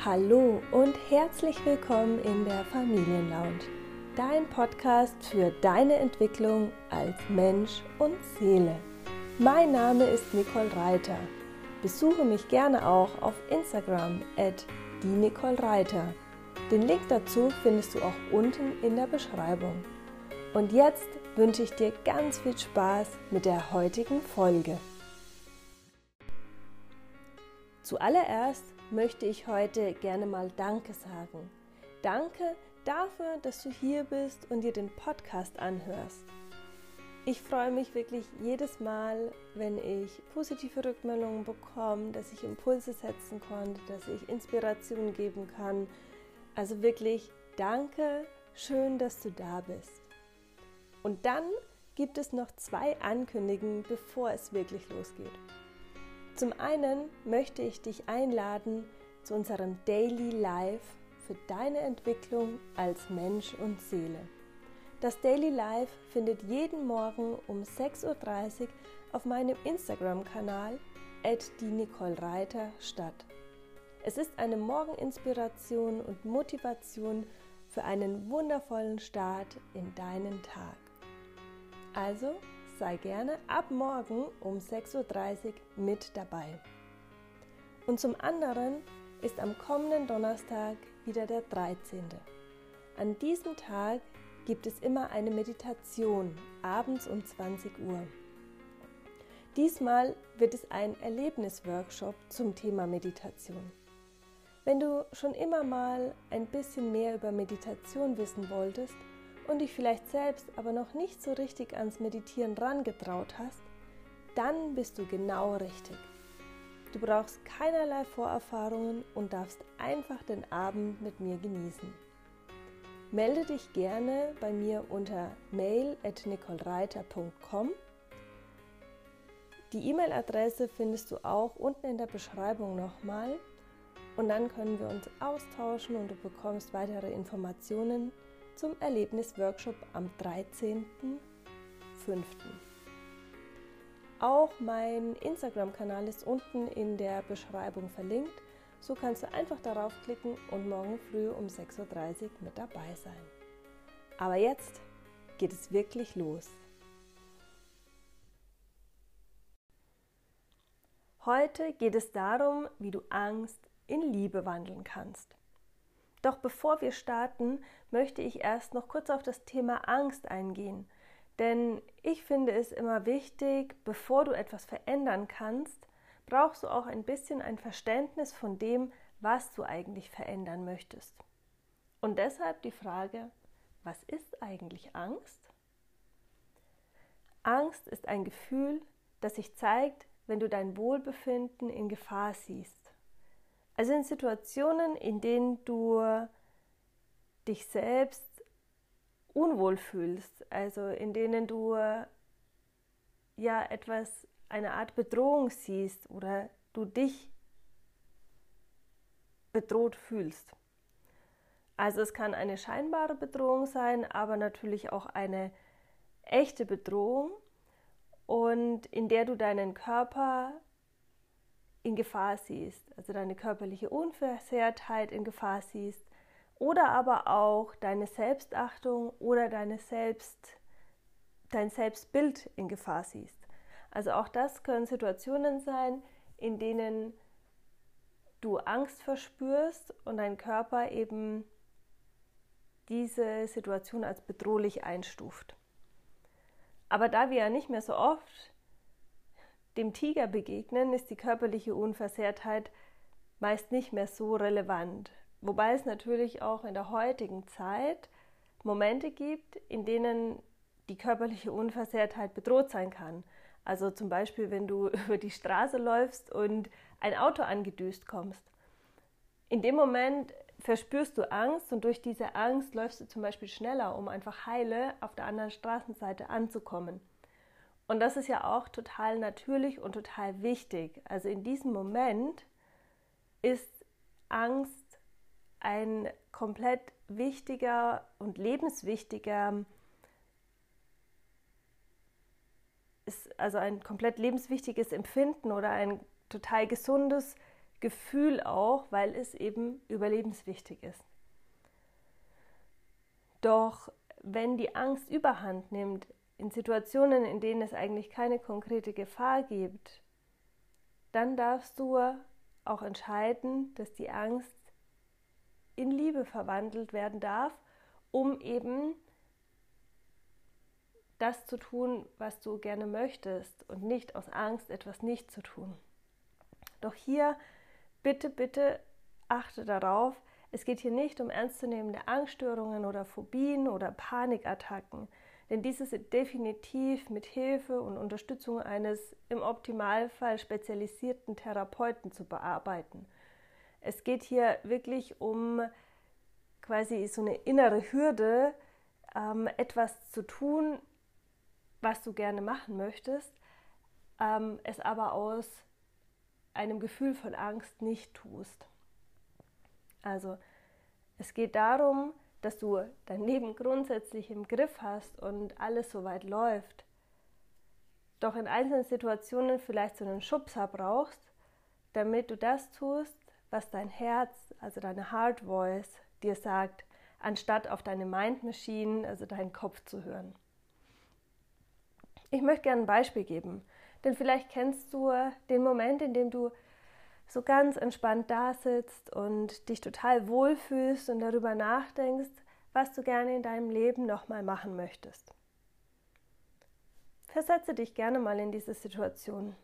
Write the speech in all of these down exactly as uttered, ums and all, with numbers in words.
Hallo und herzlich willkommen in der Familienlounge, dein Podcast für deine Entwicklung als Mensch und Seele. Mein Name ist Nicole Reiter. Besuche mich gerne auch auf Instagram at die Nicole Reiter. Den Link dazu findest du auch unten in der Beschreibung. Und jetzt wünsche ich dir ganz viel Spaß mit der heutigen Folge. Zuallererst möchte ich heute gerne mal Danke sagen. Danke dafür, dass du hier bist und dir den Podcast anhörst. Ich freue mich wirklich jedes Mal, wenn ich positive Rückmeldungen bekomme, dass ich Impulse setzen konnte, dass ich Inspiration geben kann. Also wirklich danke, schön, dass du da bist. Und dann gibt es noch zwei Ankündigungen, bevor es wirklich losgeht. Zum einen möchte ich dich einladen zu unserem Daily Life für deine Entwicklung als Mensch und Seele. Das Daily Life findet jeden Morgen um sechs Uhr dreißig auf meinem Instagram-Kanal at die Nicole Reiter statt. Es ist eine Morgeninspiration und Motivation für einen wundervollen Start in deinen Tag. Also sei gerne ab morgen um sechs Uhr dreißig mit dabei. Und zum anderen ist am kommenden Donnerstag wieder der dreizehnte An diesem Tag gibt es immer eine Meditation, abends um zwanzig Uhr. Diesmal wird es ein Erlebnisworkshop zum Thema Meditation. Wenn du schon immer mal ein bisschen mehr über Meditation wissen wolltest, und dich vielleicht selbst aber noch nicht so richtig ans Meditieren rangetraut hast, dann bist du genau richtig. Du brauchst keinerlei Vorerfahrungen und darfst einfach den Abend mit mir genießen. Melde dich gerne bei mir unter mail at nicolereiter punkt com. Die E-Mail-Adresse findest du auch unten in der Beschreibung nochmal und dann können wir uns austauschen und du bekommst weitere Informationen zum Erlebnisworkshop am dreizehnten fünften Auch mein Instagram-Kanal ist unten in der Beschreibung verlinkt. So kannst du einfach darauf klicken und morgen früh um sechs Uhr dreißig mit dabei sein. Aber jetzt geht es wirklich los. Heute geht es darum, wie du Angst in Liebe wandeln kannst. Doch bevor wir starten, möchte ich erst noch kurz auf das Thema Angst eingehen. Denn ich finde es immer wichtig, bevor du etwas verändern kannst, brauchst du auch ein bisschen ein Verständnis von dem, was du eigentlich verändern möchtest. Und deshalb die Frage, was ist eigentlich Angst? Angst ist ein Gefühl, das sich zeigt, wenn du dein Wohlbefinden in Gefahr siehst. Also in Situationen, in denen du dich selbst unwohl fühlst, also in denen du ja etwas, eine Art Bedrohung siehst oder du dich bedroht fühlst. Also es kann eine scheinbare Bedrohung sein, aber natürlich auch eine echte Bedrohung und in der du deinen Körper in Gefahr siehst, also deine körperliche Unversehrtheit in Gefahr siehst oder aber auch deine Selbstachtung oder deine Selbst, dein Selbstbild in Gefahr siehst. Also auch das können Situationen sein, in denen du Angst verspürst und dein Körper eben diese Situation als bedrohlich einstuft. Aber da wir ja nicht mehr so oft dem Tiger begegnen, ist die körperliche Unversehrtheit meist nicht mehr so relevant. Wobei es natürlich auch in der heutigen Zeit Momente gibt, in denen die körperliche Unversehrtheit bedroht sein kann. Also zum Beispiel, wenn du über die Straße läufst und ein Auto angedüst kommst. In dem Moment verspürst du Angst und durch diese Angst läufst du zum Beispiel schneller, um einfach heile auf der anderen Straßenseite anzukommen. Und das ist ja auch total natürlich und total wichtig. Also in diesem Moment ist Angst ein komplett wichtiger und lebenswichtiger, ist also ein komplett lebenswichtiges Empfinden oder ein total gesundes Gefühl auch, weil es eben überlebenswichtig ist. Doch wenn die Angst Überhand nimmt, in Situationen, in denen es eigentlich keine konkrete Gefahr gibt, dann darfst du auch entscheiden, dass die Angst in Liebe verwandelt werden darf, um eben das zu tun, was du gerne möchtest und nicht aus Angst, etwas nicht zu tun. Doch hier bitte, bitte achte darauf, es geht hier nicht um ernstzunehmende Angststörungen oder Phobien oder Panikattacken, denn diese sind definitiv mit Hilfe und Unterstützung eines im Optimalfall spezialisierten Therapeuten zu bearbeiten. Es geht hier wirklich um quasi so eine innere Hürde, ähm, etwas zu tun, was du gerne machen möchtest, ähm, es aber aus einem Gefühl von Angst nicht tust. Also es geht darum, dass du dein Leben grundsätzlich im Griff hast und alles soweit läuft, doch in einzelnen Situationen vielleicht so einen Schubser brauchst, damit du das tust, was dein Herz, also deine Heart Voice, dir sagt, anstatt auf deine Mind Machine, also deinen Kopf zu hören. Ich möchte gerne ein Beispiel geben, denn vielleicht kennst du den Moment, in dem du so ganz entspannt da sitzt und dich total wohlfühlst und darüber nachdenkst, was du gerne in deinem Leben nochmal machen möchtest. Versetze dich gerne mal in diese Situation.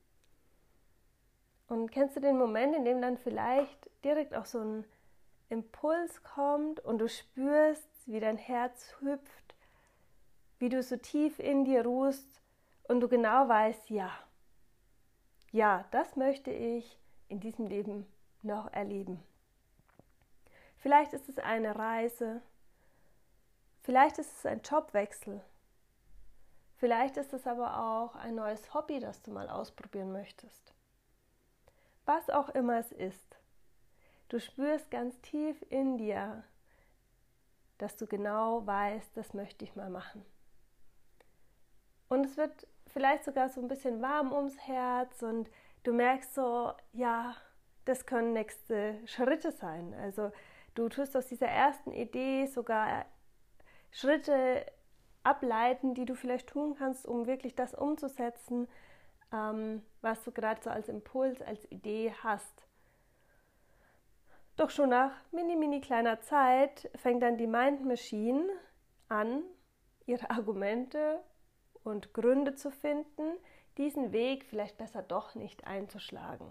Und kennst du den Moment, in dem dann vielleicht direkt auch so ein Impuls kommt und du spürst, wie dein Herz hüpft, wie du so tief in dir ruhst und du genau weißt, ja, ja, das möchte ich in diesem Leben noch erleben. Vielleicht ist es eine Reise, vielleicht ist es ein Jobwechsel, vielleicht ist es aber auch ein neues Hobby, das du mal ausprobieren möchtest. Was auch immer es ist, du spürst ganz tief in dir, dass du genau weißt, das möchte ich mal machen. Und es wird vielleicht sogar so ein bisschen warm ums Herz und du merkst so, ja, das können nächste Schritte sein. Also du tust aus dieser ersten Idee sogar Schritte ableiten, die du vielleicht tun kannst, um wirklich das umzusetzen, ähm, was du gerade so als Impuls, als Idee hast. Doch schon nach mini, mini kleiner Zeit fängt dann die Mind Machine an, ihre Argumente und Gründe zu finden, diesen Weg vielleicht besser doch nicht einzuschlagen.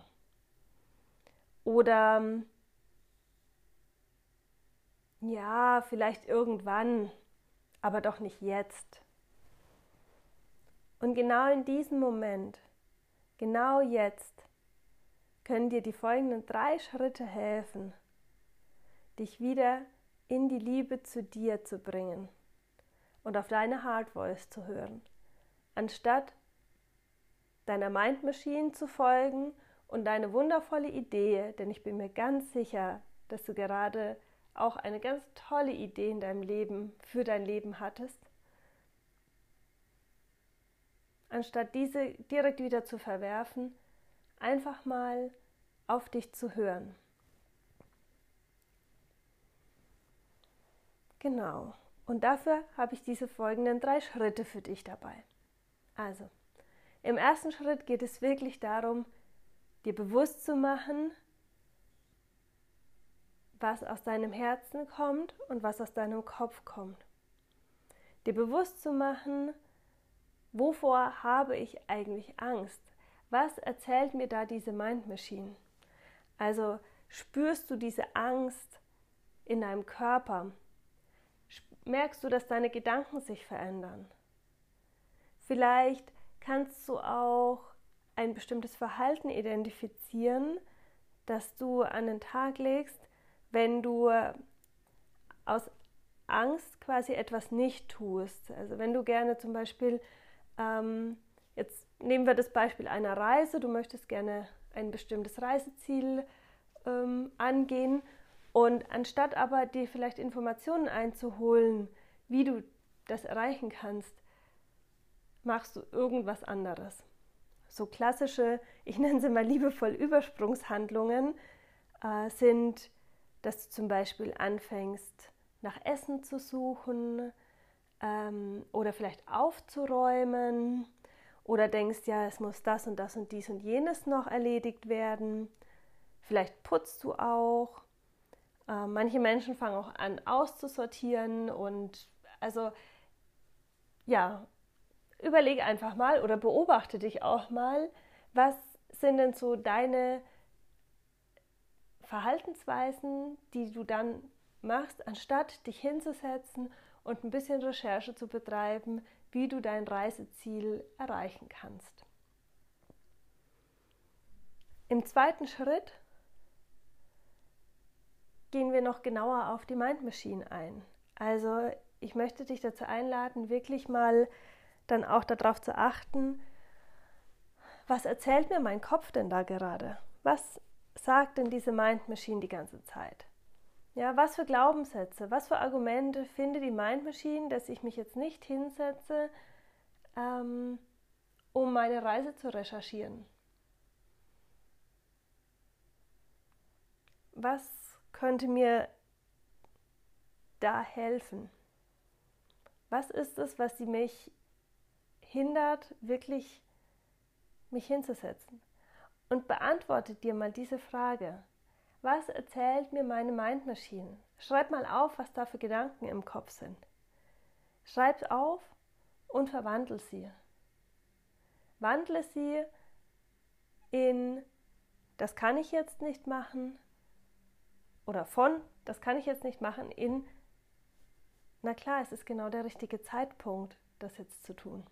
Oder ja, vielleicht irgendwann, aber doch nicht jetzt. Und genau in diesem Moment, genau jetzt, können dir die folgenden drei Schritte helfen, dich wieder in die Liebe zu dir zu bringen und auf deine Heart Voice zu hören, anstatt deiner Mind Machine zu folgen und deine wundervolle Idee, denn ich bin mir ganz sicher, dass du gerade auch eine ganz tolle Idee in deinem Leben, für dein Leben hattest, anstatt diese direkt wieder zu verwerfen, einfach mal auf dich zu hören. Genau. Und dafür habe ich diese folgenden drei Schritte für dich dabei. Also, im ersten Schritt geht es wirklich darum, dir bewusst zu machen, was aus deinem Herzen kommt und was aus deinem Kopf kommt. Dir bewusst zu machen, wovor habe ich eigentlich Angst? Was erzählt mir da diese Mind Machine? Also spürst du diese Angst in deinem Körper? Merkst du, dass deine Gedanken sich verändern? Vielleicht kannst du auch ein bestimmtes Verhalten identifizieren, das du an den Tag legst, wenn du aus Angst quasi etwas nicht tust. Also wenn du gerne zum Beispiel, ähm, jetzt nehmen wir das Beispiel einer Reise, du möchtest gerne ein bestimmtes Reiseziel ähm, angehen und anstatt aber dir vielleicht Informationen einzuholen, wie du das erreichen kannst, machst du irgendwas anderes. so klassische, ich nenne sie mal liebevoll Übersprungshandlungen, äh, sind, dass du zum Beispiel anfängst, nach Essen zu suchen ähm, oder vielleicht aufzuräumen oder denkst, ja, es muss das und das und dies und jenes noch erledigt werden. Vielleicht putzt du auch. Äh, manche Menschen fangen auch an, auszusortieren und also ja, überlege einfach mal oder beobachte dich auch mal, was sind denn so deine Verhaltensweisen, die du dann machst, anstatt dich hinzusetzen und ein bisschen Recherche zu betreiben, wie du dein Reiseziel erreichen kannst. Im zweiten Schritt gehen wir noch genauer auf die Mind Machine ein. Also ich möchte dich dazu einladen, wirklich mal dann auch darauf zu achten, was erzählt mir mein Kopf denn da gerade? Was sagt denn diese Mind Machine die ganze Zeit? Ja, was für Glaubenssätze, was für Argumente findet die Mind Machine, dass ich mich jetzt nicht hinsetze, ähm, um meine Reise zu recherchieren? Was könnte mir da helfen? Was ist es, was sie mich hindert, wirklich mich hinzusetzen? Und beantworte dir mal diese Frage. Was erzählt mir meine Mind Machine? Schreib mal auf, was da für Gedanken im Kopf sind. Schreib auf und verwandle sie. Wandle sie in, das kann ich jetzt nicht machen, oder von, das kann ich jetzt nicht machen, in, na klar, es ist genau der richtige Zeitpunkt, das jetzt zu tun.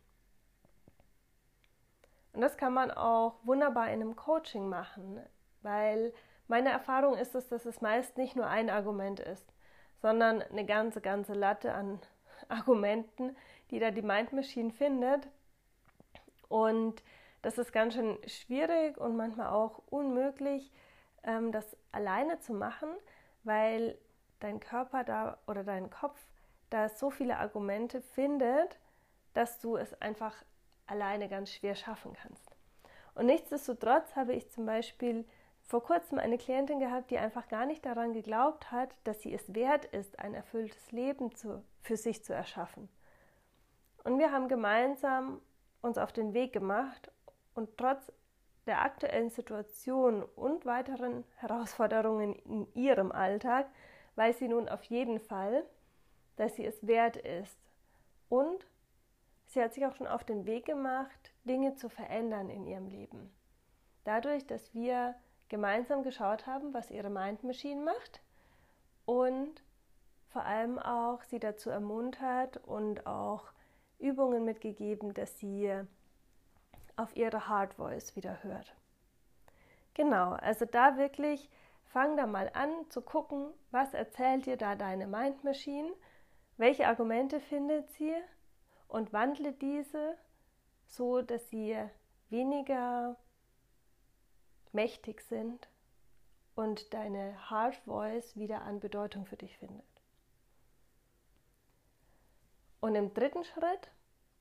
Und das kann man auch wunderbar in einem Coaching machen, weil meine Erfahrung ist es, dass es meist nicht nur ein Argument ist, sondern eine ganze, ganze Latte an Argumenten, die da die Mind Machine findet. Und das ist ganz schön schwierig und manchmal auch unmöglich, das alleine zu machen, weil dein Körper da oder dein Kopf da so viele Argumente findet, dass du es einfach alleine ganz schwer schaffen kannst. Und nichtsdestotrotz habe ich zum Beispiel vor kurzem eine Klientin gehabt, die einfach gar nicht daran geglaubt hat, dass sie es wert ist, ein erfülltes Leben zu, für sich zu erschaffen. Und wir haben gemeinsam uns auf den Weg gemacht und trotz der aktuellen Situation und weiteren Herausforderungen in ihrem Alltag weiß sie nun auf jeden Fall, dass sie es wert ist. Und sie hat sich auch schon auf den Weg gemacht, Dinge zu verändern in ihrem Leben. Dadurch, dass wir gemeinsam geschaut haben, was ihre Mind Machine macht und vor allem auch sie dazu ermuntert und auch Übungen mitgegeben, dass sie auf ihre Heart Voice wieder hört. Genau, also da wirklich, fang da mal an zu gucken, was erzählt dir da deine Mind Machine, welche Argumente findet sie und wandle diese so, dass sie weniger mächtig sind und deine Heart Voice wieder an Bedeutung für dich findet. Und im dritten Schritt,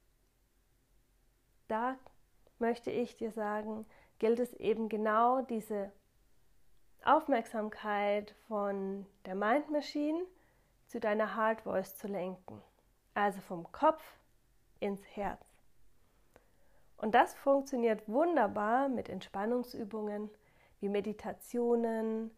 da möchte ich dir sagen, gilt es eben genau diese Aufmerksamkeit von der Mind Machine zu deiner Heart Voice zu lenken. Also vom Kopf ins Herz. Und das funktioniert wunderbar mit Entspannungsübungen wie Meditationen.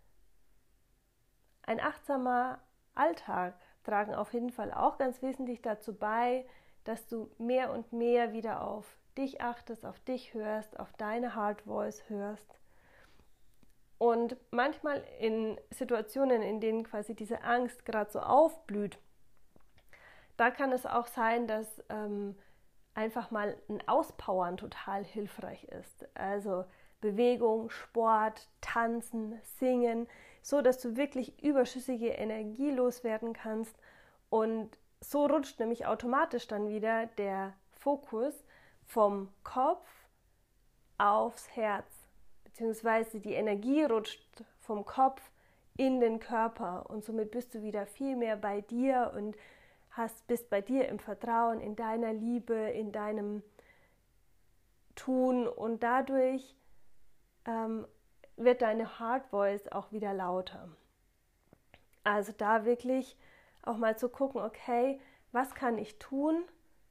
Ein achtsamer Alltag tragen auf jeden Fall auch ganz wesentlich dazu bei, dass du mehr und mehr wieder auf dich achtest, auf dich hörst, auf deine Heart Voice hörst. Und manchmal in Situationen, in denen quasi diese Angst gerade so aufblüht, da kann es auch sein, dass ähm, einfach mal ein Auspowern total hilfreich ist. Also Bewegung, Sport, Tanzen, Singen, so dass du wirklich überschüssige Energie loswerden kannst. Und so rutscht nämlich automatisch dann wieder der Fokus vom Kopf aufs Herz, beziehungsweise die Energie rutscht vom Kopf in den Körper und somit bist du wieder viel mehr bei dir und hast, bist bei dir im Vertrauen, in deiner Liebe, in deinem tun und dadurch ähm, wird deine Heart Voice auch wieder lauter. Also da wirklich auch mal zu gucken, okay, was kann ich tun,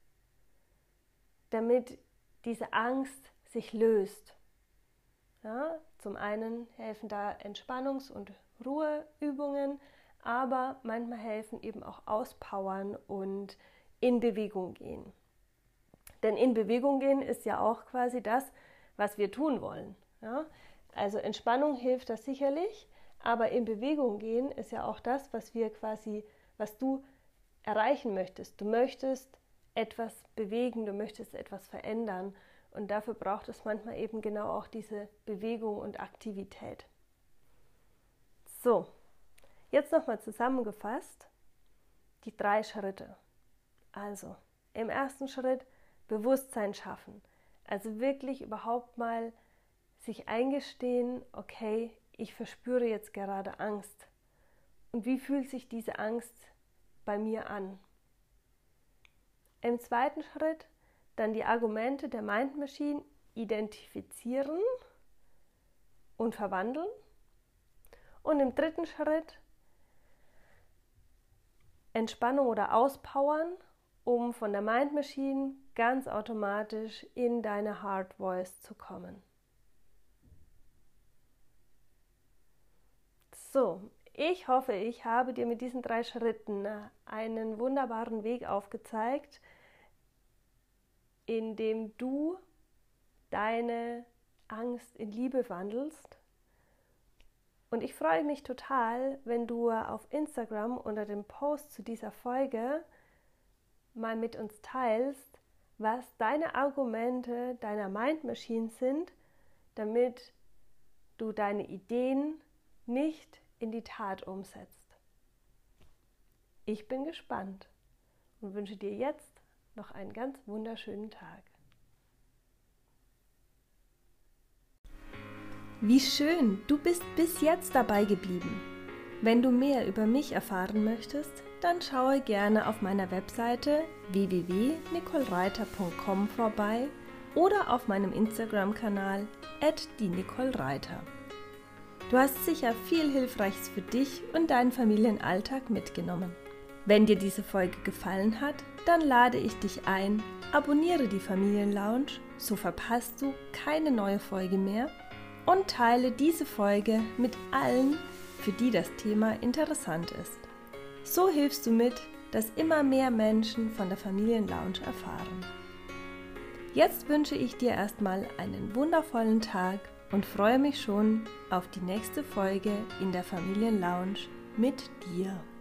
damit diese Angst sich löst. Ja, zum einen helfen da Entspannungs- und Ruheübungen, aber manchmal helfen eben auch Auspowern und in Bewegung gehen. Denn in Bewegung gehen ist ja auch quasi das, was wir tun wollen. Ja? Also Entspannung hilft das sicherlich, aber in Bewegung gehen ist ja auch das, was wir quasi, was du erreichen möchtest. Du möchtest etwas bewegen, du möchtest etwas verändern und dafür braucht es manchmal eben genau auch diese Bewegung und Aktivität. So, jetzt nochmal zusammengefasst, die drei Schritte. Also, im ersten Schritt Bewusstsein schaffen. Also wirklich überhaupt mal sich eingestehen, okay, ich verspüre jetzt gerade Angst. Und wie fühlt sich diese Angst bei mir an? Im zweiten Schritt dann die Argumente der Mind Machine identifizieren und verwandeln. Und im dritten Schritt Entspannung oder Auspowern, um von der Mind Machine ganz automatisch in deine Heart Voice zu kommen. So, ich hoffe, ich habe dir mit diesen drei Schritten einen wunderbaren Weg aufgezeigt, in dem du deine Angst in Liebe wandelst. Und ich freue mich total, wenn du auf Instagram unter dem Post zu dieser Folge mal mit uns teilst, was deine Argumente deiner Mind Machine sind, damit du deine Ideen nicht in die Tat umsetzt. Ich bin gespannt und wünsche dir jetzt noch einen ganz wunderschönen Tag. Wie schön, du bist bis jetzt dabei geblieben. Wenn du mehr über mich erfahren möchtest, dann schaue gerne auf meiner Webseite w w w punkt nicole reiter punkt com vorbei oder auf meinem Instagram-Kanal at die Nicole Reiter. Du hast sicher viel Hilfreiches für dich und deinen Familienalltag mitgenommen. Wenn dir diese Folge gefallen hat, dann lade ich dich ein, abonniere die Familienlounge, so verpasst du keine neue Folge mehr und teile diese Folge mit allen, für die das Thema interessant ist. So hilfst du mit, dass immer mehr Menschen von der Familienlounge erfahren. Jetzt wünsche ich dir erstmal einen wundervollen Tag und freue mich schon auf die nächste Folge in der Familienlounge mit dir.